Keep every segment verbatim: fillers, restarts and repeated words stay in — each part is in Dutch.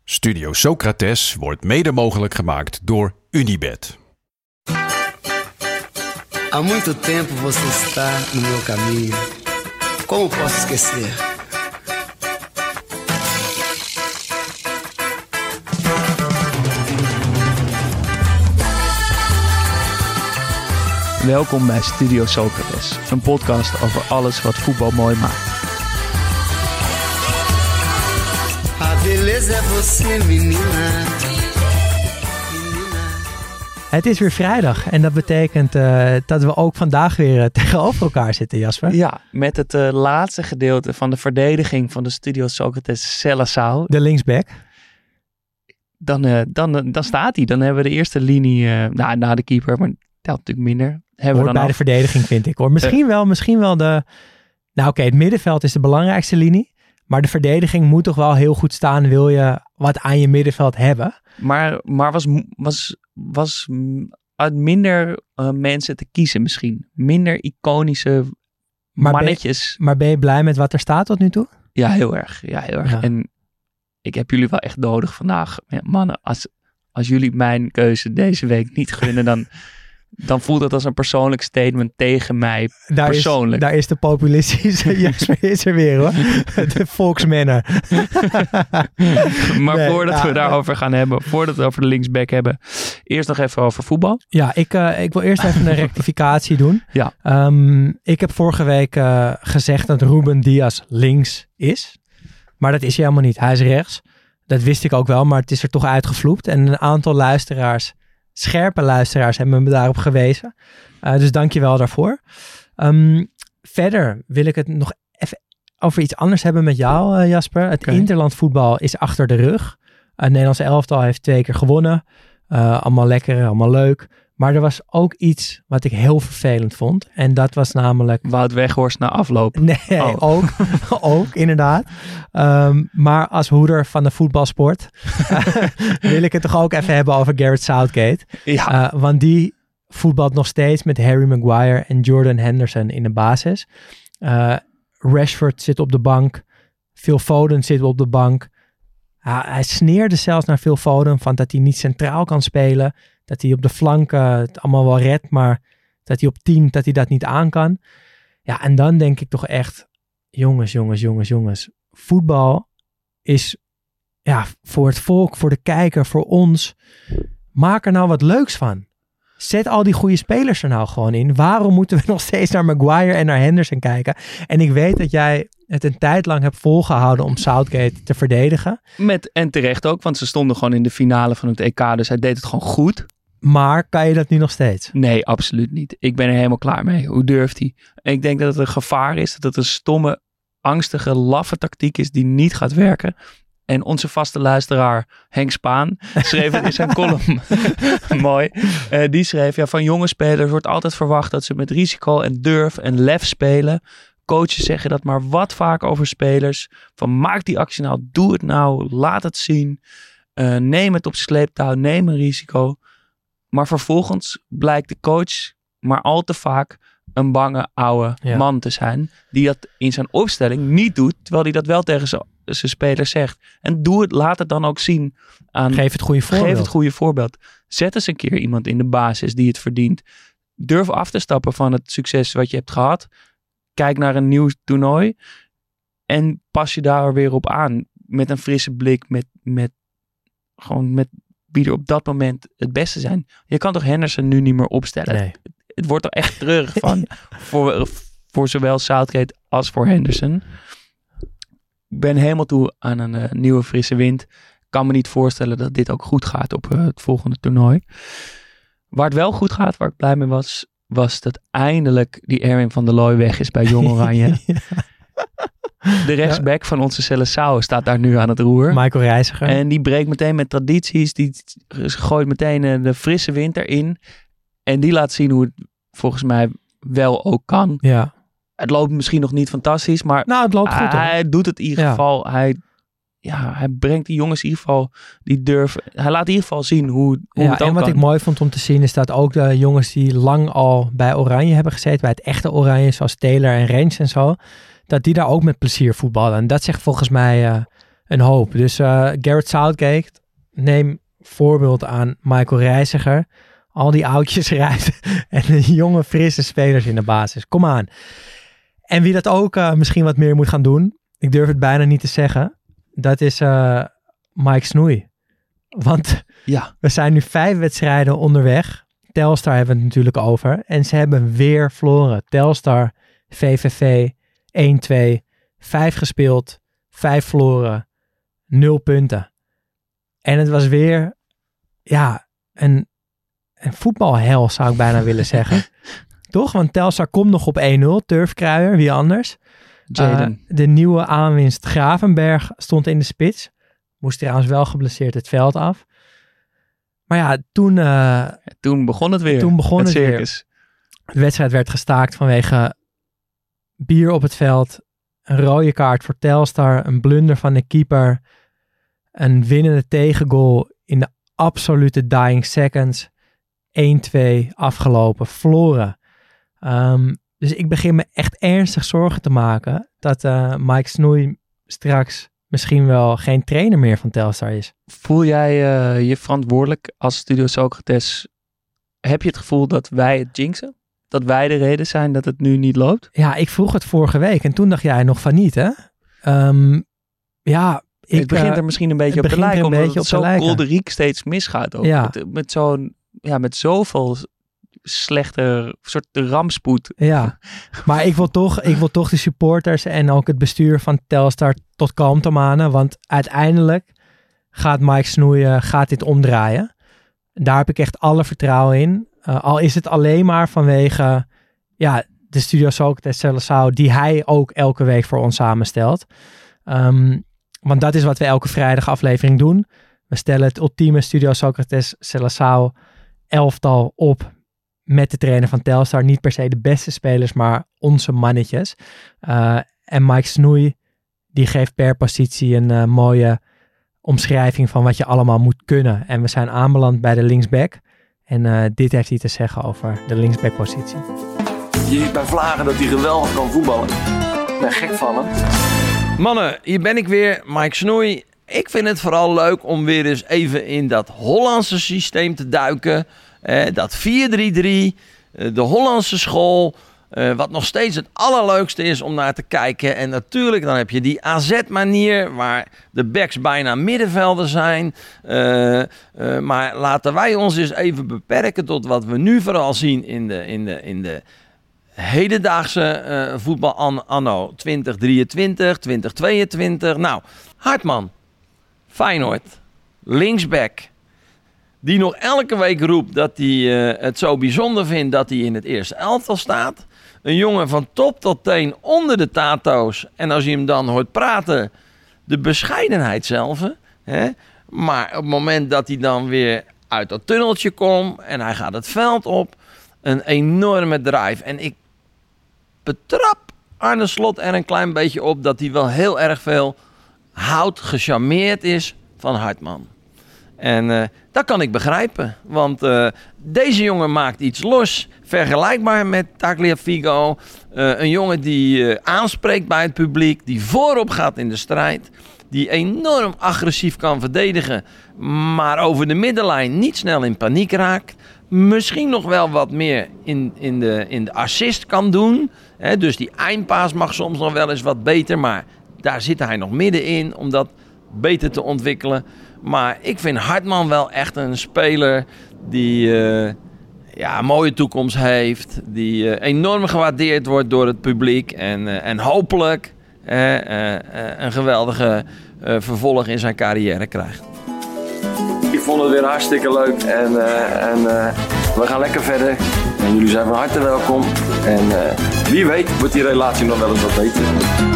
Studio Socrates wordt mede mogelijk gemaakt door Unibet. Há muito tempo você está no meu caminho. Como posso esquecer? Welkom bij Studio Socrates, een podcast over alles wat voetbal mooi maakt. A beleza é você, menina. Het is weer vrijdag en dat betekent uh, dat we ook vandaag weer uh, tegenover elkaar zitten, Jasper. Ja, met het uh, laatste gedeelte van de verdediging van de Studio Socrates Seleção. De linksback. Dan, uh, dan, uh, dan staat hij. Dan hebben we de eerste linie, uh, nou, na de keeper, maar telt natuurlijk minder. Hebben Hoort we dan bij af. de verdediging, vind ik hoor. Misschien uh, wel, misschien wel de... Nou oké, okay, het middenveld is de belangrijkste linie. Maar de verdediging moet toch wel heel goed staan, wil je wat aan je middenveld hebben. Maar, maar was, was, was uit minder uh, mensen te kiezen misschien. Minder iconische maar mannetjes. Ben je, maar ben je blij met wat er staat tot nu toe? Ja, heel erg. Ja, heel erg. Ja. En ik heb jullie wel echt nodig vandaag. Ja, mannen, als, als jullie mijn keuze deze week niet gunnen, dan... dan voelt het als een persoonlijk statement tegen mij daar persoonlijk. Is, daar is de populistische Jasper is er weer hoor. De volksmanner. maar nee, voordat ja, we daarover gaan hebben, voordat we het over de linksback hebben, eerst nog even over voetbal. Ja, ik, uh, ik wil eerst even een rectificatie doen. Ja. Um, ik heb vorige week uh, gezegd dat Ruben Dias links is. Maar dat is hij helemaal niet. Hij is rechts. Dat wist ik ook wel, maar het is er toch uitgevloept. En een aantal luisteraars... Scherpe luisteraars hebben me daarop gewezen. Uh, dus dank je wel daarvoor. Um, verder wil ik het nog even over iets anders hebben met jou, uh, Jasper. Het okay. interlandvoetbal is achter de rug. Het Nederlandse elftal heeft twee keer gewonnen. Uh, allemaal lekker, allemaal leuk. Maar er was ook iets wat ik heel vervelend vond. En dat was namelijk... Wout Weghorst na afloop. Nee, oh. ook, ook inderdaad. Um, maar als hoeder van de voetbalsport wil ik het toch ook even hebben over Gareth Southgate. Ja. Uh, want die voetbalt nog steeds met Harry Maguire en Jordan Henderson in de basis. Uh, Rashford zit op de bank. Phil Foden zit op de bank. Uh, hij sneerde zelfs naar Phil Foden van dat hij niet centraal kan spelen. Dat hij op de flanken het allemaal wel redt, maar dat hij op tien, dat hij dat niet aan kan. Ja, en dan denk ik toch echt, jongens, jongens, jongens, jongens. Voetbal is ja, voor het volk, voor de kijker, voor ons. Maak er nou wat leuks van. Zet al die goede spelers er nou gewoon in. Waarom moeten we nog steeds naar Maguire en naar Henderson kijken? En ik weet dat jij het een tijd lang hebt volgehouden om Southgate te verdedigen. Met, en terecht ook, want ze stonden gewoon in de finale van het E K, dus hij deed het gewoon goed. Maar kan je dat nu nog steeds? Nee, absoluut niet. Ik ben er helemaal klaar mee. Hoe durft hij? En ik denk dat het een gevaar is, dat het een stomme, angstige, laffe tactiek is die niet gaat werken. En onze vaste luisteraar Henk Spaan schreef het in zijn column. Mooi. Uh, die schreef, ja, van jonge spelers wordt altijd verwacht dat ze met risico en durf en lef spelen. Coaches zeggen dat maar wat vaak over spelers. Van maak die actie nou, doe het nou, laat het zien. Uh, neem het op sleeptouw, neem een risico. Maar vervolgens blijkt de coach maar al te vaak een bange oude ja. man te zijn. Die dat in zijn opstelling niet doet, terwijl hij dat wel tegen zijn zijn speler zegt. En doe het, laat het dan ook zien. Aan, geef het goede voorbeeld. Geef het goede voorbeeld. Zet eens een keer iemand in de basis die het verdient. Durf af te stappen van het succes wat je hebt gehad. Kijk naar een nieuw toernooi. En pas je daar weer op aan. Met een frisse blik. Met, met, gewoon met wie er op dat moment het beste zijn. Je kan toch Henderson nu niet meer opstellen? Nee. Het, het wordt er echt treurig van. voor, voor zowel Southgate als voor Henderson. Ik ben helemaal toe aan een uh, nieuwe frisse wind. Ik kan me niet voorstellen dat dit ook goed gaat op uh, het volgende toernooi. Waar het wel goed gaat, waar ik blij mee was, was dat eindelijk die Erwin van der Looy weg is bij Jong Oranje. ja. De rechtsback ja. van onze Seleção staat daar nu aan het roer. Michael Reiziger. En die breekt meteen met tradities. Die gooit meteen uh, de frisse wind erin. En die laat zien hoe het volgens mij wel ook kan. Ja. Het loopt misschien nog niet fantastisch, maar nou, het loopt goed, hij hoor. doet het in ieder ja. geval. Hij, ja, hij brengt die jongens in ieder geval die durven. Hij laat in ieder geval zien hoe, hoe ja, het ook en wat kan. ik mooi vond om te zien is dat ook de jongens die lang al bij Oranje hebben gezeten, bij het echte Oranje, zoals Taylor en Rens en zo, dat die daar ook met plezier voetballen. En dat zegt volgens mij uh, een hoop. Dus uh, Gareth Southgate, neem voorbeeld aan Michael Reiziger. Al die oudjes rijden en de jonge, frisse spelers in de basis. Kom aan. En wie dat ook uh, misschien wat meer moet gaan doen, ik durf het bijna niet te zeggen, dat is uh, Mike Snoei. Want ja. we zijn nu vijf wedstrijden onderweg. Telstar hebben we het natuurlijk over. En ze hebben weer verloren. Telstar, V V V, één twee, vijf gespeeld, vijf verloren, nul punten. En het was weer, ja, een, een voetbalhel zou ik bijna willen zeggen. Toch? Want Telstar komt nog op één nul. Turfkruijer, wie anders? Jaden. Uh, de nieuwe aanwinst Gravenberg stond in de spits. Moest trouwens wel geblesseerd het veld af. Maar ja, toen... Uh, ja, toen begon het weer. Toen begon het, het circus. Weer. De wedstrijd werd gestaakt vanwege bier op het veld. Een rode kaart voor Telstar. Een blunder van de keeper. Een winnende tegengoal in de absolute dying seconds. één twee afgelopen. Verloren. Um, dus ik begin me echt ernstig zorgen te maken dat uh, Mike Snoei straks misschien wel geen trainer meer van Telstar is. Voel jij uh, je verantwoordelijk als Studio Socrates? Heb je het gevoel dat wij het jinxen? Dat wij de reden zijn dat het nu niet loopt? Ja, ik vroeg het vorige week en toen dacht jij nog van niet, hè? Um, ja, ik, het begint er uh, misschien een beetje op te lijken, omdat het zo kolderiek steeds misgaat. Ook. Ja. Met, met zo'n, ja, met zoveel slechte soort rampspoed. Ja, maar ik wil toch, ik wil toch de supporters en ook het bestuur van Telstar tot kalmte manen, want uiteindelijk gaat Mike Snoei gaat dit omdraaien. Daar heb ik echt alle vertrouwen in. Uh, al is het alleen maar vanwege ja, de Studio Socrates Seleção die hij ook elke week voor ons samenstelt. Um, want dat is wat we elke vrijdag aflevering doen. We stellen het ultieme Studio Socrates Seleção elftal op met de trainer van Telstar. Niet per se de beste spelers, maar onze mannetjes. Uh, en Mike Snoei, die geeft per positie een uh, mooie omschrijving van wat je allemaal moet kunnen. En we zijn aanbeland bij de linksback. En uh, dit heeft hij te zeggen over de linksback-positie. Je bij Vlagen dat hij geweldig kan voetballen. Ik ben gek van hem. Mannen, hier ben ik weer, Mike Snoei. Ik vind het vooral leuk om weer eens even in dat Hollandse systeem te duiken. Eh, dat vier drie drie, eh, de Hollandse school. Uh, wat nog steeds het allerleukste is om naar te kijken. En natuurlijk, dan heb je die A Z-manier waar de backs bijna middenvelden zijn. Uh, uh, maar laten wij ons eens even beperken tot wat we nu vooral zien in de, in de, in de hedendaagse uh, voetbal an, anno twintig drieëntwintig, twintig tweeëntwintig. Nou, Hartman, Feyenoord, linksback. Die nog elke week roept dat hij uh, het zo bijzonder vindt dat hij in het eerste elftal staat. Een jongen van top tot teen onder de tato's. En als je hem dan hoort praten, de bescheidenheid zelf. Hè? Maar op het moment dat hij dan weer uit dat tunneltje komt en hij gaat het veld op, een enorme drive. En ik betrap Arne Slot er een klein beetje op dat hij wel heel erg veel houdt, gecharmeerd is van Hartman. En uh, dat kan ik begrijpen, want uh, deze jongen maakt iets los, vergelijkbaar met Tagliafico. Uh, een jongen die uh, aanspreekt bij het publiek, die voorop gaat in de strijd, die enorm agressief kan verdedigen, maar over de middenlijn niet snel in paniek raakt. Misschien nog wel wat meer in, in, de, in de assist kan doen. Hè, dus die eindpaas mag soms nog wel eens wat beter, maar daar zit hij nog middenin om dat beter te ontwikkelen. Maar ik vind Hartman wel echt een speler die uh, ja, een mooie toekomst heeft. Die uh, enorm gewaardeerd wordt door het publiek. En, uh, en hopelijk uh, uh, uh, een geweldige uh, vervolg in zijn carrière krijgt. Ik vond het weer hartstikke leuk. En, uh, en uh, we gaan lekker verder. En jullie zijn van harte welkom. En uh, wie weet wordt die relatie nog wel eens wat beter.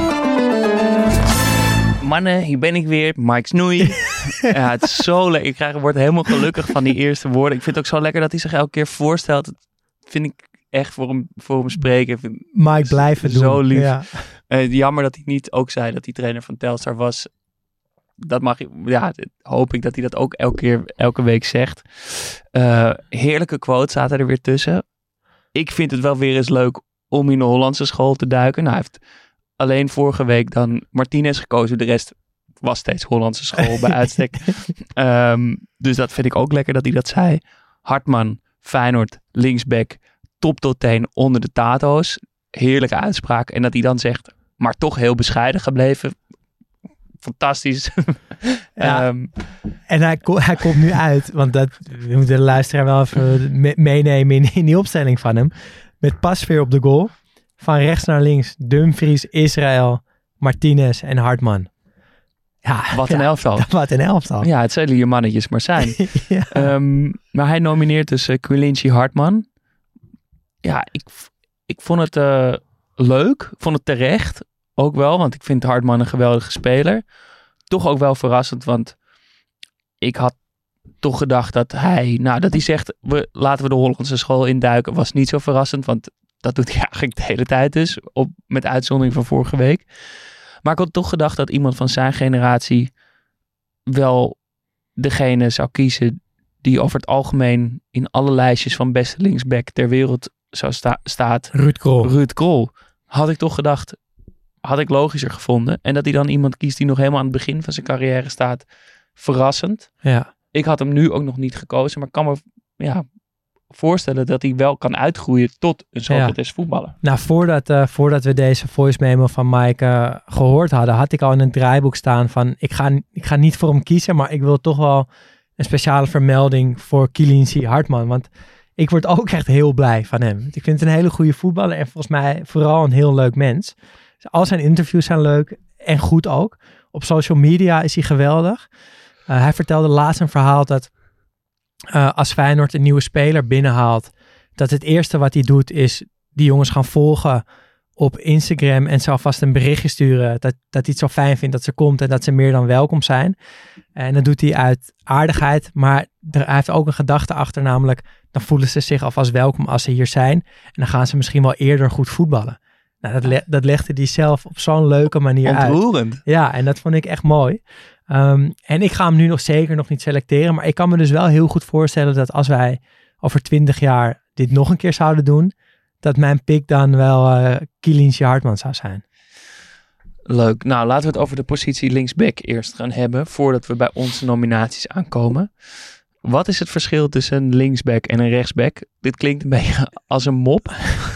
Mannen, hier ben ik weer, Mike Snoei. Ja, het is zo lekker. Ik krijg, word helemaal gelukkig van die eerste woorden. Ik vind het ook zo lekker dat hij zich elke keer voorstelt. Dat vind ik echt voor hem, voor hem spreken. Vind, Mike blijven doen. Zo lief. Ja. Uh, jammer dat hij niet ook zei dat hij trainer van Telstar was. Dat mag ik, ja, hoop ik dat hij dat ook elke keer, elke week zegt. Uh, heerlijke quotes zaten er weer tussen. Ik vind het wel weer eens leuk om in de Hollandse school te duiken. Nou, hij heeft alleen vorige week dan Martinez gekozen. De rest was steeds Hollandse school bij uitstek. Um, dus dat vind ik ook lekker dat hij dat zei. Hartman, Feyenoord, linksback, top tot teen onder de tato's. Heerlijke uitspraak. En dat hij dan zegt, maar toch heel bescheiden gebleven. Fantastisch. Ja. um, En hij, ko- hij komt nu uit, want dat, we moeten de luisteraar wel even me- meenemen in, in die opstelling van hem. Met Pasveer op de goal. Van rechts naar links, Dumfries, Israël, Martinez en Hartman. Ja, wat een ja, elftal. Wat een elftal. Ja, het zullen hier mannetjes maar zijn. Ja. Um, maar hij nomineert dus uh, Quilinci Hartman. Ja, ik, ik vond het uh, leuk. Ik vond het terecht. Ook wel, want ik vind Hartman een geweldige speler. Toch ook wel verrassend, want ik had toch gedacht dat hij... Nou, dat hij zegt, we, laten we de Hollandse school induiken, was niet zo verrassend. Want dat doet hij eigenlijk de hele tijd dus. Op, met uitzondering van vorige week. Maar ik had toch gedacht dat iemand van zijn generatie wel degene zou kiezen die over het algemeen in alle lijstjes van beste linksback ter wereld zou sta- staat. Ruud Krol. Ruud Krol. Had ik toch gedacht, had ik logischer gevonden. En dat hij dan iemand kiest die nog helemaal aan het begin van zijn carrière staat. Verrassend. Ja. Ik had hem nu ook nog niet gekozen, maar ik kan me ja, voorstellen dat hij wel kan uitgroeien tot een Socrates voetballer. Nou, voordat, uh, voordat we deze voice memo van Mike uh, gehoord hadden, had ik al in het draaiboek staan van, ik ga, ik ga niet voor hem kiezen, maar ik wil toch wel een speciale vermelding voor Quilinci Hartman, want ik word ook echt heel blij van hem. Ik vind het een hele goede voetballer en volgens mij vooral een heel leuk mens. Dus al zijn interviews zijn leuk en goed ook. Op social media is hij geweldig. Uh, hij vertelde laatst een verhaal dat uh, als Feyenoord een nieuwe speler binnenhaalt, dat het eerste wat hij doet is die jongens gaan volgen op Instagram en ze alvast een berichtje sturen dat, dat hij het zo fijn vindt dat ze komt en dat ze meer dan welkom zijn. En dat doet hij uit aardigheid, maar er, hij heeft ook een gedachte achter, namelijk dan voelen ze zich alvast welkom als ze hier zijn en dan gaan ze misschien wel eerder goed voetballen. Nou, dat, le- dat legde hij zelf op zo'n leuke manier uit. Ontroerend. Ja, en dat vond ik echt mooi. Um, en ik ga hem nu nog zeker nog niet selecteren, maar ik kan me dus wel heel goed voorstellen dat als wij over twintig jaar dit nog een keer zouden doen, dat mijn pick dan wel uh, Quilinci Hartman zou zijn. Leuk. Nou, laten we het over de positie linksback eerst gaan hebben, voordat we bij onze nominaties aankomen. Wat is het verschil tussen een linksback en een rechtsback? Dit klinkt een beetje als een mop.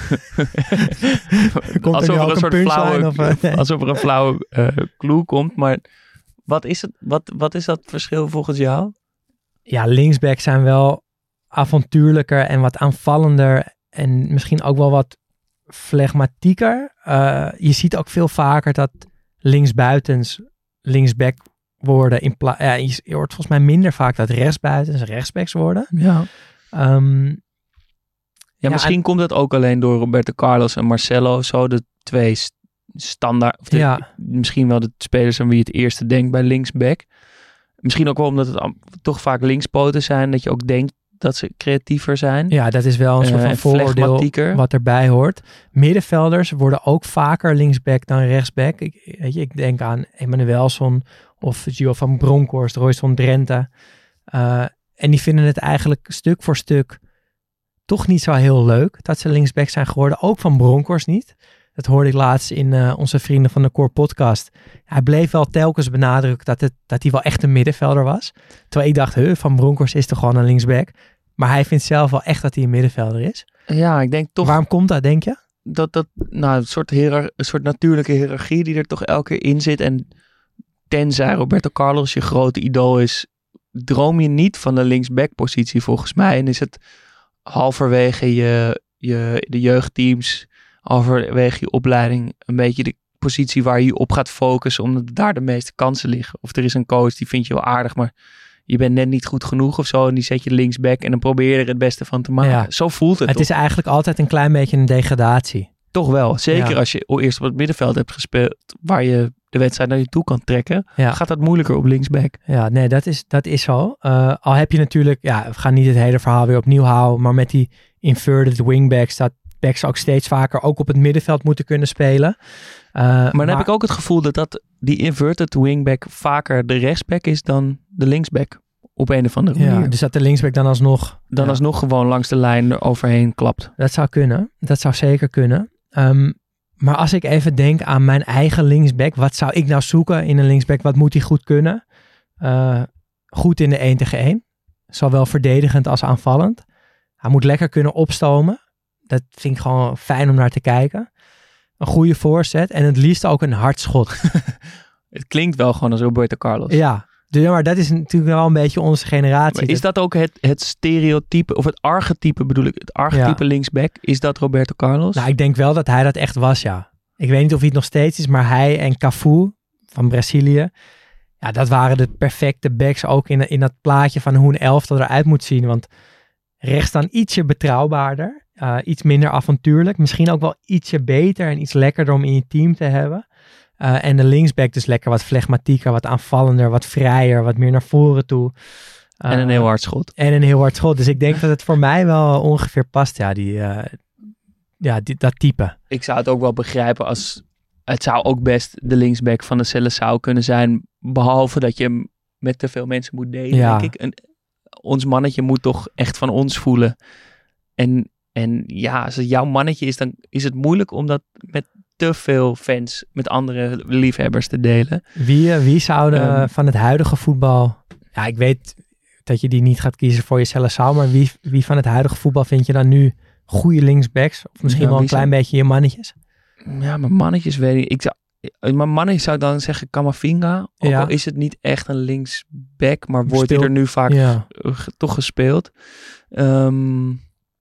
Komt alsof, er er een soort punchline flauwe, of, uh, nee. alsof er een flauwe uh, clue komt. Maar wat is, het, wat, wat is dat verschil volgens jou? Ja, linksback zijn wel avontuurlijker en wat aanvallender en misschien ook wel wat flegmatieker. Uh, je ziet ook veel vaker dat linksbuitens linksback worden. In pla- ja, je hoort volgens mij minder vaak dat rechtsbuitens rechtsbacks worden. Ja. Um, Ja, Ja, misschien en- komt dat ook alleen door Roberto Carlos en Marcelo. Zo de twee st- standaard. Of de, Ja. Misschien wel de spelers aan wie je het eerste denkt bij linksback. Misschien ook wel omdat het am- toch vaak linkspoten zijn. Dat je ook denkt dat ze creatiever zijn. Ja, dat is wel een soort Eh, van en vooroordeel flegmatieker. wat erbij hoort. Middenvelders worden ook vaker linksback dan rechtsback. Ik, weet je, ik denk aan Emmanuelsson of Gio van Bronckhorst, Royston Drenthe. Uh, en die vinden het eigenlijk stuk voor stuk toch niet zo heel leuk dat ze linksback zijn geworden. Ook van Bronckhorst niet. Dat hoorde ik laatst in uh, onze Vrienden van de Core podcast. Hij bleef wel telkens benadrukken dat, het, dat hij wel echt een middenvelder was. Terwijl ik dacht, huh, Van Bronckhorst is toch gewoon een linksback. Maar hij vindt zelf wel echt dat hij een middenvelder is. Ja, ik denk toch Waarom komt dat, denk je? dat dat nou, een, soort hierar- een soort natuurlijke hiërarchie die er toch elke keer in zit. En tenzij Roberto Carlos je grote idool is, droom je niet van de linksback-positie volgens mij. En is het halverwege je, je, de jeugdteams, halverwege je opleiding, een beetje de positie waar je je op gaat focussen, omdat daar de meeste kansen liggen. Of er is een coach die vind je wel aardig, maar je bent net niet goed genoeg of zo en die zet je linksback en dan probeer je er het beste van te maken. Ja. Zo voelt het, Het toch? is eigenlijk altijd een klein beetje een degradatie. Toch wel. Zeker Ja. als je eerst op het middenveld hebt gespeeld, waar je de wedstrijd naar je toe kan trekken, Ja. gaat dat moeilijker op linksback. Ja, nee, dat is, dat is zo. Uh, al heb je natuurlijk, ja, we gaan niet het hele verhaal weer opnieuw houden, maar met die inverted wingbacks, dat backs ook steeds vaker ook op het middenveld moeten kunnen spelen. Uh, Maar dan heb ik ook het gevoel dat, dat die inverted wingback vaker de rechtsback is dan de linksback. Op een of andere Ja, manier. dus dat de linksback dan alsnog... Dan ja, alsnog gewoon langs de lijn er overheen klapt. Dat zou kunnen. Dat zou zeker kunnen. Um, Maar als ik even denk aan mijn eigen linksback, wat zou ik nou zoeken in een linksback? Wat moet hij goed kunnen? Uh, goed in de één tegen één. Zowel verdedigend als aanvallend. Hij moet lekker kunnen opstomen. Dat vind ik gewoon fijn om naar te kijken. Een goede voorzet en het liefst ook een hard schot. Het klinkt wel gewoon als Roberto Carlos. Ja, dus, maar dat is natuurlijk wel een beetje onze generatie. Maar is dat ook het, het stereotype, of het archetype bedoel ik, het archetype ja. linksback? Is dat Roberto Carlos? Nou, ik denk wel dat hij dat echt was, ja. Ik weet niet of hij het nog steeds is, maar hij en Cafu van Brazilië, ja, dat waren de perfecte backs ook in, in dat plaatje van hoe een elftal eruit moet zien. Want rechts dan ietsje betrouwbaarder, uh, iets minder avontuurlijk, misschien ook wel ietsje beter en iets lekkerder om in je team te hebben. Uh, en de linksback dus lekker wat flegmatieker, wat aanvallender, wat vrijer, wat meer naar voren toe. Uh, en een heel hard schot. En een heel hard schot. Dus ik denk dat het voor mij wel ongeveer past, ja, die, uh, ja die, dat type. Ik zou het ook wel begrijpen als... Het zou ook best de linksback van de Seleção kunnen zijn, behalve dat je hem met te veel mensen moet delen, ja. denk ik. En ons mannetje moet toch echt van ons voelen. En, en ja, als het jouw mannetje is, dan is het moeilijk om dat met te veel fans, met andere liefhebbers te delen. Wie, wie zouden um, van het huidige voetbal... Ja, ik weet dat je die niet gaat kiezen voor je Seleção, maar wie, wie van het huidige voetbal vind je dan nu goede linksbacks? Of misschien ja, wel een klein zou... beetje je mannetjes? Ja, mijn mannetjes weet ik. ik zou, mijn mannetjes zou ik dan zeggen Camavinga. Ook ja. al is het niet echt een linksback, maar wordt hij er nu vaak ja. g- toch gespeeld. Um,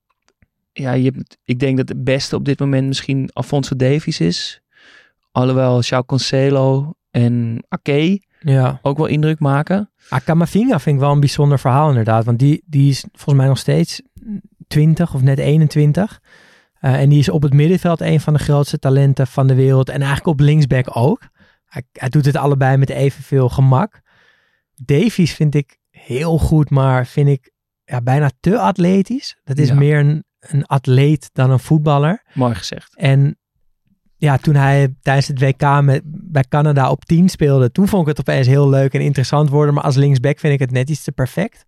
ja, je hebt, ik denk dat het beste op dit moment misschien Alphonso Davies is. Alhoewel João Cancelo en Ake ja. ook wel indruk maken. Ah, Camavinga vind ik wel een bijzonder verhaal inderdaad. Want die, die is volgens mij nog steeds twintig of net eenentwintig. Uh, en die is op het middenveld een van de grootste talenten van de wereld. En eigenlijk op linksback ook. Hij, hij doet het allebei met evenveel gemak. Davies vind ik heel goed, maar vind ik ja, bijna te atletisch. Dat is ja. meer een, een atleet dan een voetballer. Mooi gezegd. En ja, toen hij tijdens het W K met, bij Canada op tien speelde, toen vond ik het opeens heel leuk en interessant worden. Maar als linksback vind ik het net iets te perfect.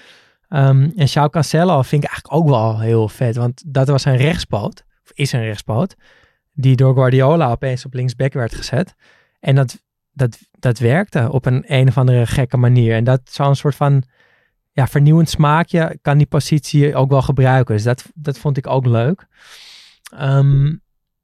Um, en João Cancelo vind ik eigenlijk ook wel heel vet, want dat was een rechtspoot, of is een rechtspoot, die door Guardiola opeens op linksback werd gezet. En dat, dat, dat werkte op een een of andere gekke manier. En dat zo'n soort van ja, vernieuwend smaakje kan die positie ook wel gebruiken. Dus dat, dat vond ik ook leuk. Um,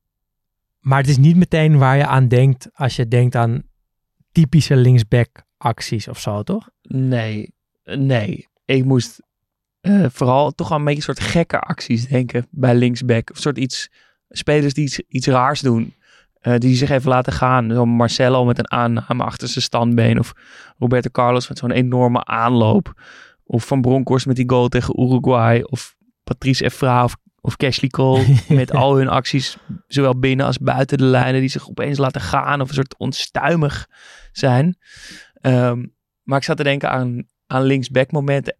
maar het is niet meteen waar je aan denkt als je denkt aan typische linksback acties of zo, toch? Nee, nee. Ik moest uh, vooral toch aan een beetje een soort gekke acties denken bij linksback. Of een soort iets, spelers die iets, iets raars doen. Uh, die zich even laten gaan. Zo Marcelo met een aanname achter zijn standbeen. Of Roberto Carlos met zo'n enorme aanloop. Of Van Bronckhorst met die goal tegen Uruguay. Of Patrice Evra of, of Cashley Cole met al hun acties. Zowel binnen als buiten de lijnen. Die zich opeens laten gaan. Of een soort onstuimig zijn. Um, maar ik zat te denken aan... aan linksback momenten.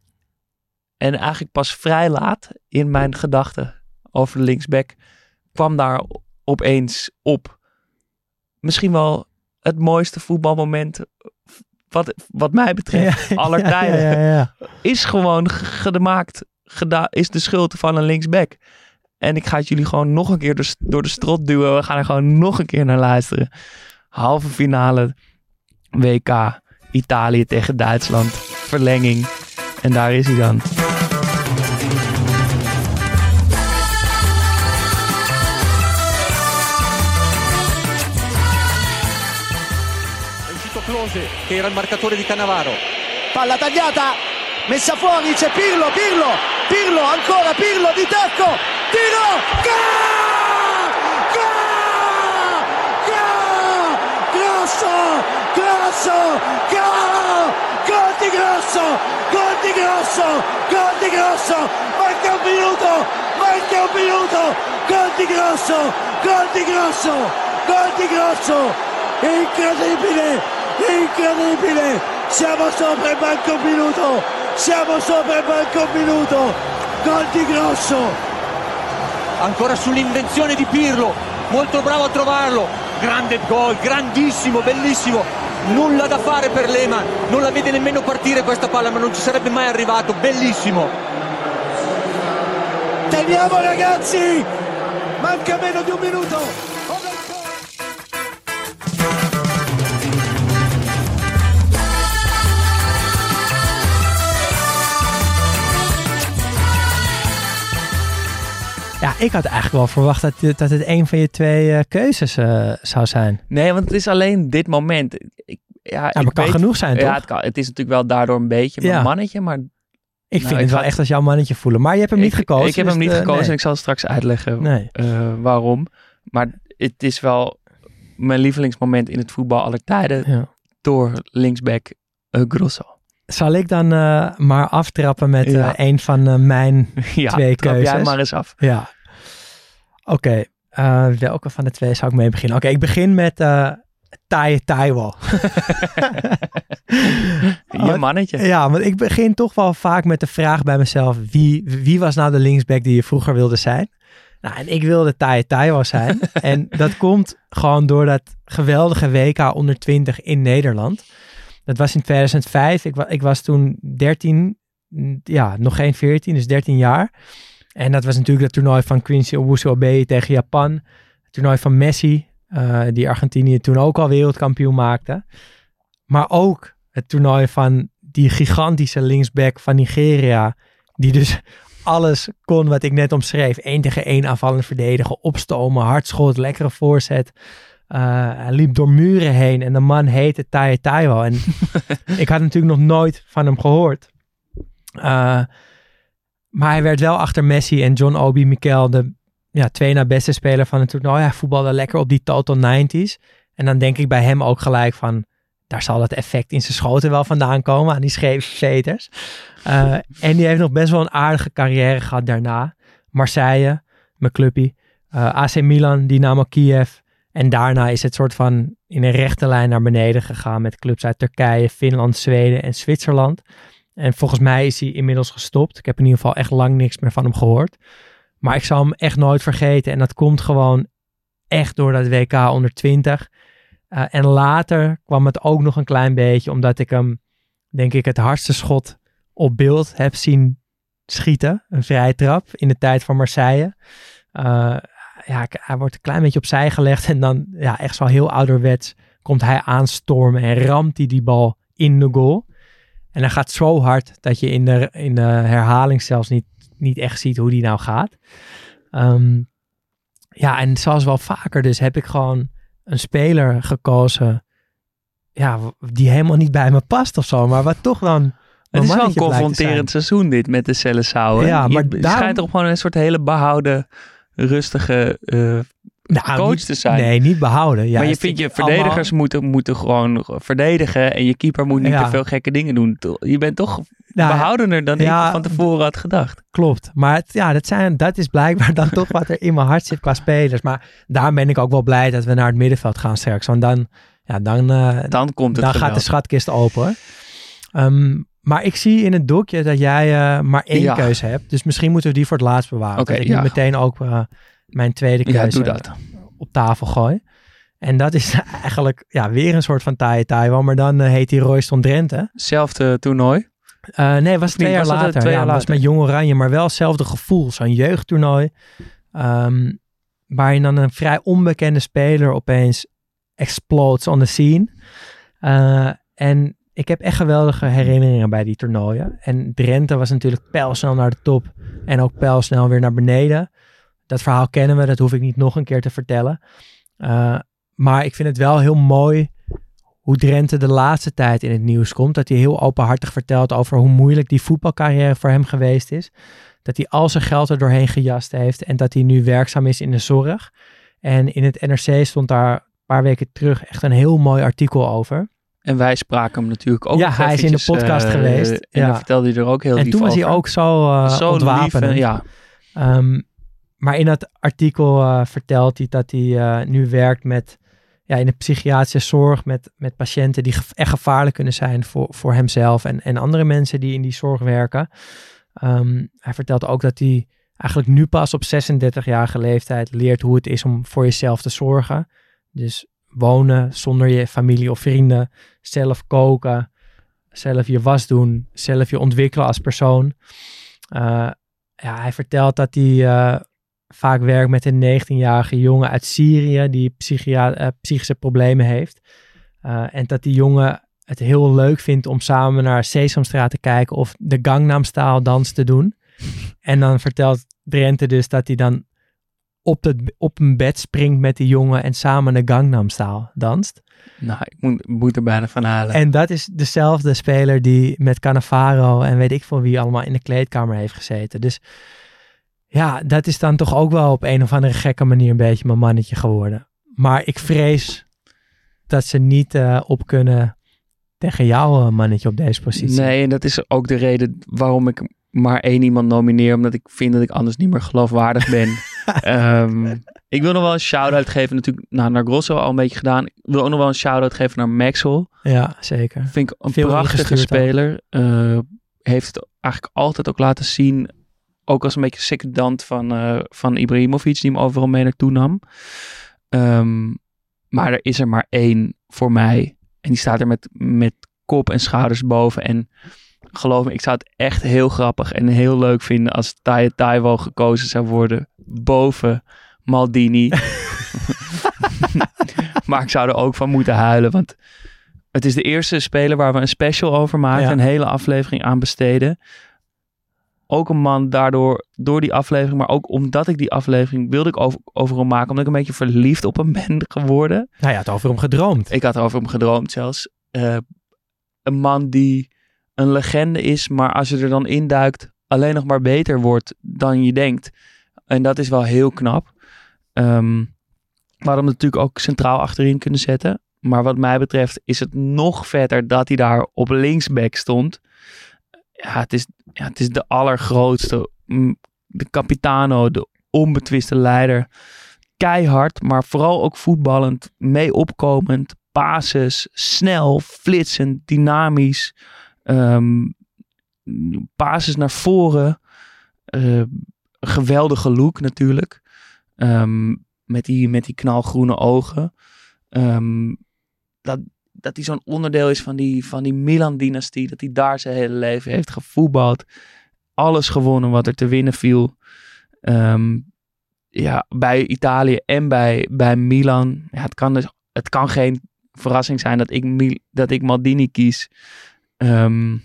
En eigenlijk pas vrij laat in mijn gedachten over de linksback kwam daar opeens op. Misschien wel het mooiste voetbalmoment wat, wat mij betreft ja, aller tijden. Ja, ja, ja. Is gewoon gemaakt, geda- is de schuld van een linksback. En ik ga het jullie gewoon nog een keer door, door de strot duwen. We gaan er gewoon nog een keer naar luisteren. Halve finale W K. Italië tegen Duitsland. Verlenging. En daar is hij dan. È uscito Klose, che era il marcatore di Cannavaro. Palla tagliata, messa fuori, c'è Pirlo, Pirlo, Pirlo, ancora Pirlo di tacco, tiro, gol! Gol! Gol! Grosso! Grosso! Gol! Gol di Grosso! Gol di Grosso! Gol di Grosso! Manca un minuto! Manca un minuto! Gol di Grosso! Gol di Grosso! Gol di Grosso! Incredibile! Incredibile! Siamo sopra il manca un minuto! Siamo sopra il manca un minuto! Gol di Grosso! Ancora sull'invenzione di Pirlo, molto bravo a trovarlo, grande gol, grandissimo, bellissimo, nulla da fare per Lehmann, non la vede nemmeno partire questa palla, ma non ci sarebbe mai arrivato, bellissimo. Teniamo ragazzi, manca meno di un minuto. ik had eigenlijk wel verwacht dat, dit- dat het een van je twee uh, keuzes uh, zou zijn. Nee, want het is alleen dit moment. Ik, ja, Ja, ik maar het kan weet- genoeg zijn, toch? Ja, het, kan, het is natuurlijk wel daardoor een beetje mijn Ja. mannetje, maar Ik Nou, vind ik het wel ga- echt als jouw mannetje voelen. Maar je hebt hem niet ik, gekozen. Ik heb dus hem niet uh, gekozen en nee. ik zal straks uitleggen Nee. uh, waarom. Maar het is wel mijn lievelingsmoment in het voetbal aller tijden Ja. door linksback uh, Grosso. Zal ik dan uh, maar aftrappen met uh, Ja. een van uh, mijn Ja, twee trap keuzes? jij maar eens af. Ja. Oké, okay. uh, welke van de twee zou ik mee beginnen? Oké, okay, ik begin met uh, Taaie Taiwo. Je mannetje. Ja, want ik begin toch wel vaak met de vraag bij mezelf, wie, wie was nou de linksback die je vroeger wilde zijn? Nou, en ik wilde Taaie Taiwo zijn. En dat komt gewoon door dat geweldige W K onder twintig in Nederland. Dat was in tweeduizend vijf. Ik, wa- ik was toen dertien, ja, nog geen veertien, dus dertien jaar. En dat was natuurlijk het toernooi van Quincy Owusu-Obei tegen Japan. Het toernooi van Messi, uh, die Argentinië toen ook al wereldkampioen maakte. Maar ook het toernooi van die gigantische linksback van Nigeria, die dus alles kon wat ik net omschreef. Eén tegen één aanvallend verdedigen, opstomen, hardschot, lekkere voorzet. Uh, hij liep door muren heen en de man heette Taaie Taiwo. En ik had natuurlijk nog nooit van hem gehoord. Uh, maar hij werd wel achter Messi en John Obi Mikel de ja, twee na beste speler van het toernooi. Hij voetbalde lekker op die total nineties. En dan denk ik bij hem ook gelijk van, daar zal het effect in zijn schoten wel vandaan komen, aan die scheve veters. Uh, en die heeft nog best wel een aardige carrière gehad daarna. Marseille, mijn clubpie. Uh, A C Milan, Dynamo Kiev. En daarna is het soort van in een rechte lijn naar beneden gegaan met clubs uit Turkije, Finland, Zweden en Zwitserland. En volgens mij is hij inmiddels gestopt. Ik heb in ieder geval echt lang niks meer van hem gehoord. Maar ik zal hem echt nooit vergeten. En dat komt gewoon echt door dat W K onder twintig. Uh, en later kwam het ook nog een klein beetje, omdat ik hem, denk ik, het hardste schot op beeld heb zien schieten. Een vrije trap in de tijd van Marseille. Uh, ja, hij wordt een klein beetje opzij gelegd en dan ja, echt zo heel ouderwets komt hij aanstormen en ramt hij die bal in de goal. En hij gaat zo hard dat je in de, in de herhaling zelfs niet, niet echt ziet hoe die nou gaat. Um, ja, en zoals wel vaker dus heb ik gewoon een speler gekozen ja, die helemaal niet bij me past of zo, maar wat toch dan het is wel een confronterend seizoen dit met de Seleção. Ja, maar je daarom... schijnt toch gewoon een soort hele behouden, rustige uh, nou, coach niet, te zijn. Nee, niet behouden. Ja, maar je vindt je verdedigers allemaal... moeten, moeten gewoon verdedigen en je keeper moet niet ja. te veel gekke dingen doen. Je bent toch nou, behoudener dan ja, ik van tevoren had gedacht. Klopt, maar het, ja, dat, zijn, dat is blijkbaar dan toch wat er in mijn hart zit qua spelers. Maar daarom ben ik ook wel blij dat we naar het middenveld gaan straks. Want dan, ja, dan, uh, dan, komt het dan gaat de schatkist open. Hoor. Um, maar ik zie in het doekje dat jij uh, maar één ja. keuze hebt. Dus misschien moeten we die voor het laatst bewaren. Okay, dat ik ja. nu meteen ook uh, mijn tweede keuze ja, dat. op tafel gooi. En dat is eigenlijk ja, weer een soort van Taaie Taiwo. Maar dan uh, heet hij Royston Drenthe. Zelfde toernooi? Uh, nee, was twee jaar was later. Twee ja, jaar was later. met Jong Oranje, maar wel hetzelfde gevoel. Zo'n jeugdtoernooi. Um, waarin dan een vrij onbekende speler opeens explodes on the scene. Uh, en ik heb echt geweldige herinneringen bij die toernooien. En Drenthe was natuurlijk pijlsnel naar de top. En ook pijlsnel weer naar beneden. Dat verhaal kennen we, dat hoef ik niet nog een keer te vertellen. Uh, maar ik vind het wel heel mooi hoe Drenthe de laatste tijd in het nieuws komt. Dat hij heel openhartig vertelt over hoe moeilijk die voetbalcarrière voor hem geweest is. Dat hij al zijn geld er doorheen gejast heeft. En dat hij nu werkzaam is in de zorg. En in het N R C stond daar een paar weken terug echt een heel mooi artikel over. En wij spraken hem natuurlijk ook ja, nog hij is in de podcast uh, geweest. En ja. dan vertelde hij er ook heel en lief over. En toen was over. hij ook zo, uh, zo ontwapenend. Lief, uh, ja. Um, maar in dat artikel uh, vertelt hij dat hij uh, nu werkt met, ja, in de psychiatrische zorg met, met patiënten die ge- echt gevaarlijk kunnen zijn voor, voor hemzelf en, en andere mensen die in die zorg werken. Um, hij vertelt ook dat hij eigenlijk nu pas op zesendertigjarige leeftijd leert hoe het is om voor jezelf te zorgen. Dus wonen zonder je familie of vrienden, zelf koken, zelf je was doen, zelf je ontwikkelen als persoon. Uh, ja, hij vertelt dat hij uh, vaak werkt met een negentienjarige jongen uit Syrië die psychia- uh, psychische problemen heeft. Uh, en dat die jongen het heel leuk vindt om samen naar Sesamstraat te kijken of de Gangnam Style dans te doen. En dan vertelt Drenthe dus dat hij dan op, het, op een bed springt met die jongen en samen de Gangnam Style danst. Nou, ik moet, moet er bijna van halen. En dat is dezelfde speler die met Cannavaro en weet ik veel wie allemaal in de kleedkamer heeft gezeten. Dus ja, dat is dan toch ook wel op een of andere gekke manier een beetje mijn mannetje geworden. Maar ik vrees dat ze niet uh, op kunnen tegen jouw uh, mannetje op deze positie. Nee, en dat is ook de reden waarom ik maar één iemand nomineer. Omdat ik vind dat ik anders niet meer geloofwaardig ben. um, ik wil nog wel een shout-out geven natuurlijk nou, naar Grosso, al een beetje gedaan. Ik wil ook nog wel een shout-out geven naar Maxwell. Ja, zeker. Vind ik een Veel prachtige speler. Uh, heeft het eigenlijk altijd ook laten zien. Ook als een beetje secondant van, uh, van Ibrahimovic, die hem overal mee naartoe nam. Um, maar er is er maar één voor mij. En die staat er met, met kop en schouders boven. En geloof me, ik zou het echt heel grappig en heel leuk vinden als Taya Taiwo gekozen zou worden boven Maldini. Maar ik zou er ook van moeten huilen, want het is de eerste speler waar we een special over maken. Ja. Een hele aflevering aan besteden. Ook een man daardoor, door die aflevering, maar ook omdat ik die aflevering wilde ik over, over hem maken, omdat ik een beetje verliefd op hem ben geworden. Nou, je had over hem gedroomd. Ik had over hem gedroomd zelfs. Uh, een man die een legende is, maar als je er dan induikt, alleen nog maar beter wordt dan je denkt. En dat is wel heel knap. Um, we hadden hem natuurlijk ook centraal achterin kunnen zetten. Maar wat mij betreft is het nog vetter dat hij daar op linksback stond. Ja, het is, ja, het is de allergrootste. De capitano, de onbetwiste leider. Keihard, maar vooral ook voetballend, mee opkomend. Passes, snel, flitsend, dynamisch. Um, passes naar voren. Uh, geweldige look natuurlijk. Um, met, die, met die knalgroene ogen. Um, dat, dat hij zo'n onderdeel is van die, van die Milan-dynastie. Dat hij daar zijn hele leven heeft gevoetbald. Alles gewonnen wat er te winnen viel. Um, ja, bij Italië en bij, bij Milan. Ja, het, kan dus, het kan geen verrassing zijn dat ik, dat ik Maldini kies. Um,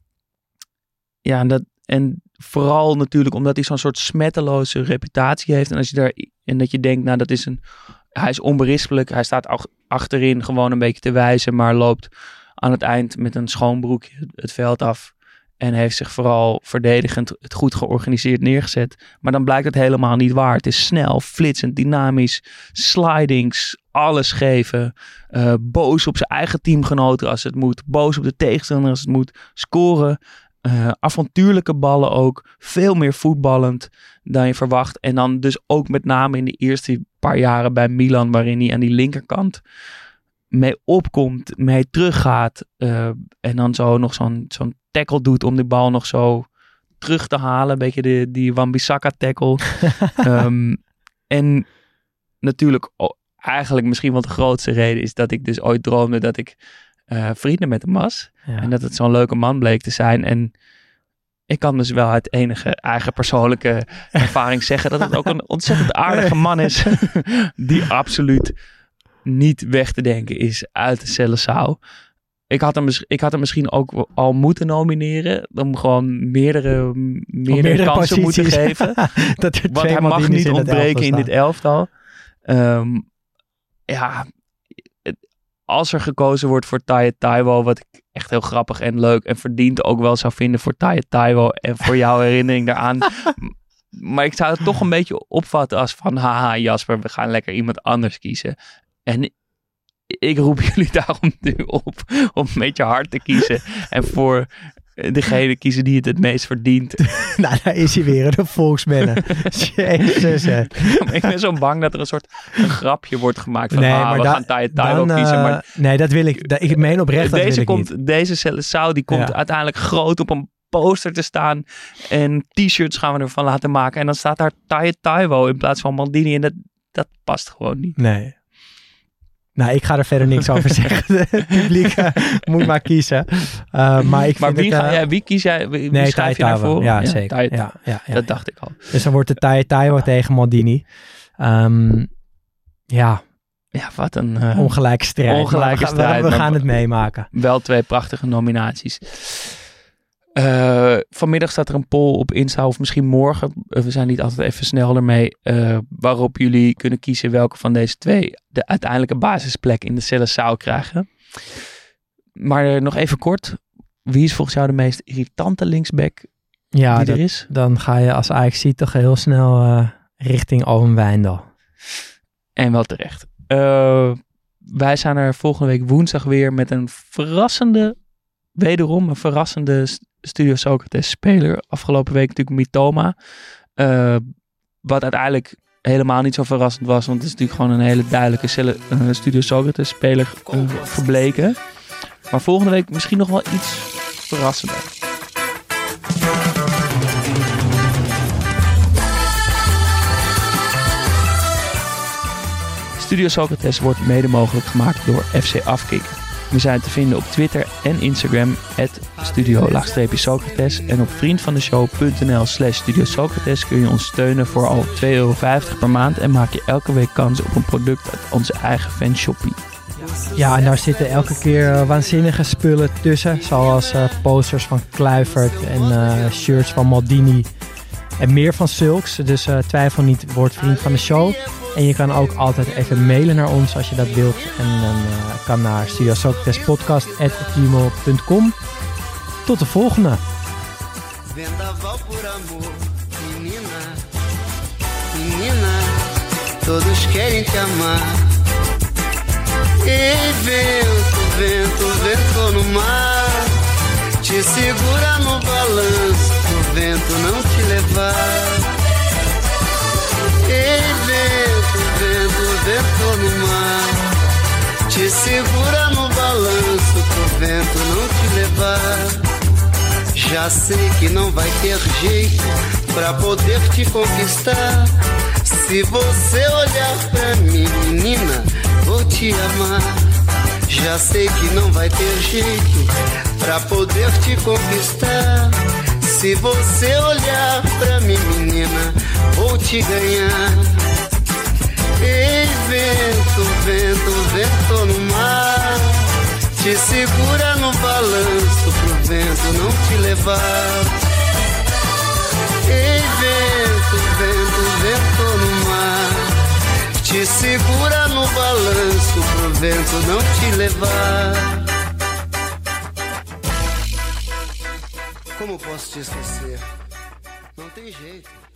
ja, en, dat, en vooral natuurlijk omdat hij zo'n soort smetteloze reputatie heeft. En als je daar en dat je denkt, nou dat is een, hij is onberispelijk. Hij staat ach, achterin gewoon een beetje te wijzen, maar loopt aan het eind met een schoon broekje het veld af. En heeft zich vooral verdedigend het goed georganiseerd neergezet. Maar dan blijkt het helemaal niet waar. Het is snel, flitsend, dynamisch, slidings, alles geven. Uh, boos op zijn eigen teamgenoten als het moet. Boos op de tegenstander als het moet. Scoren. Uh, avontuurlijke ballen ook. Veel meer voetballend dan je verwacht. En dan dus ook met name in de eerste paar jaren bij Milan, waarin hij aan die linkerkant mee opkomt, mee teruggaat. Uh, en dan zo nog zo'n, zo'n tackle doet om die bal nog zo terug te halen. Een beetje de, die Wan-Bissaka tackle. um, en natuurlijk oh, eigenlijk misschien wel de grootste reden is dat ik dus ooit droomde dat ik uh, vrienden met hem was. Ja. En dat het zo'n leuke man bleek te zijn. En ik kan dus wel uit enige eigen persoonlijke ervaring zeggen dat het ook een ontzettend aardige man is. Die absoluut niet weg te denken is uit de Seleção. Ik had, hem, ik had hem misschien ook al moeten nomineren. Om gewoon meerdere, meerdere, meerdere kansen posities moeten geven. Dat er Want hij mag niet ontbreken in dit elftal. Um, ja, als er gekozen wordt voor Taya Taiwo, wat ik echt heel grappig en leuk en verdiend ook wel zou vinden voor Taya Taiwo en voor jouw herinnering daaraan. Maar ik zou het toch een beetje opvatten als van, haha Jasper, we gaan lekker iemand anders kiezen. En ik roep jullie daarom nu op om een beetje hard te kiezen. En voor degene kiezen die het het meest verdient. Nou, daar is hij weer, de volksmannen. Jezus. Hè. Ik ben zo bang dat er een soort een grapje wordt gemaakt van, nee, ah, maar we da- gaan Taya Taiwo uh, kiezen. Maar nee, dat wil ik. Ik meen oprecht dat deze wil ik komt, niet. Deze Seleção, die komt ja. uiteindelijk groot op een poster te staan. En t-shirts gaan we ervan laten maken. En dan staat daar Taya Taiwo in plaats van Maldini. En dat, dat past gewoon niet. Nee. Nou, ik ga er verder niks over zeggen. Het publiek uh, moet maar kiezen. Uh, maar ik maar vind wie, het, ga uh, jij, wie kies jij? Wie nee, schrijf je daarvoor? Ja, ja, zeker. Ja, ja, ja, dat ja. dacht ik al. Dus dan wordt het Taya Taiwo tegen Maldini. Um, ja. Ja, wat een uh, ongelijke strijd. Ongelijke we gaan, strijd. We, we gaan het meemaken. Wel twee prachtige nominaties. Uh, vanmiddag staat er een poll op Insta of misschien morgen. Uh, we zijn niet altijd even snel ermee. Uh, waarop jullie kunnen kiezen welke van deze twee de uiteindelijke basisplek in de Seleção krijgen. Maar uh, nog even kort. Wie is volgens jou de meest irritante linksback ja, die dat, er is? Dan ga je als Ajax ziet toch heel snel uh, richting Owen Wijndal. En wel terecht. Uh, wij zijn er volgende week woensdag weer met een verrassende, wederom een verrassende Studio Socrates speler. Afgelopen week natuurlijk Mitoma. Uh, wat uiteindelijk helemaal niet zo verrassend was. Want het is natuurlijk gewoon een hele duidelijke cele- uh, Studio Socrates speler uh, gebleken. Maar volgende week misschien nog wel iets verrassender. Studio Socrates wordt mede mogelijk gemaakt door F C Afkikken. We zijn te vinden op Twitter en Instagram at studio-socrates en op vriendvandeshow.nl slash studio Socrates kun je ons steunen voor al twee euro vijftig per maand en maak je elke week kans op een product uit onze eigen fanshoppie. Ja, en daar zitten elke keer uh, waanzinnige spullen tussen, zoals uh, posters van Kluivert en uh, shirts van Maldini en meer van zulks. Dus uh, twijfel niet, word vriend van de show. En je kan ook altijd even mailen naar ons als je dat wilt. En dan uh, kan naar studio socrates podcast at gmail dot com. Tot de volgende. Vendaval por amor, menina, menina, todos querem te amar. Ei, vento, vento, vento no mar, te segura no balanço, o vento não te levar. Ei, vento, vento, vento no mar, te segura no balanço, pro vento não te levar. Já sei que não vai ter jeito pra poder te conquistar. Se você olhar pra mim, menina, vou te amar. Já sei que não vai ter jeito pra poder te conquistar. Se você olhar pra mim, menina, vou te ganhar. Ei, vento, vento, vento no mar, te segura no balanço pro vento não te levar. Ei, vento, vento, vento no mar, te segura no balanço pro vento não te levar. Como posso te esquecer? Não tem jeito.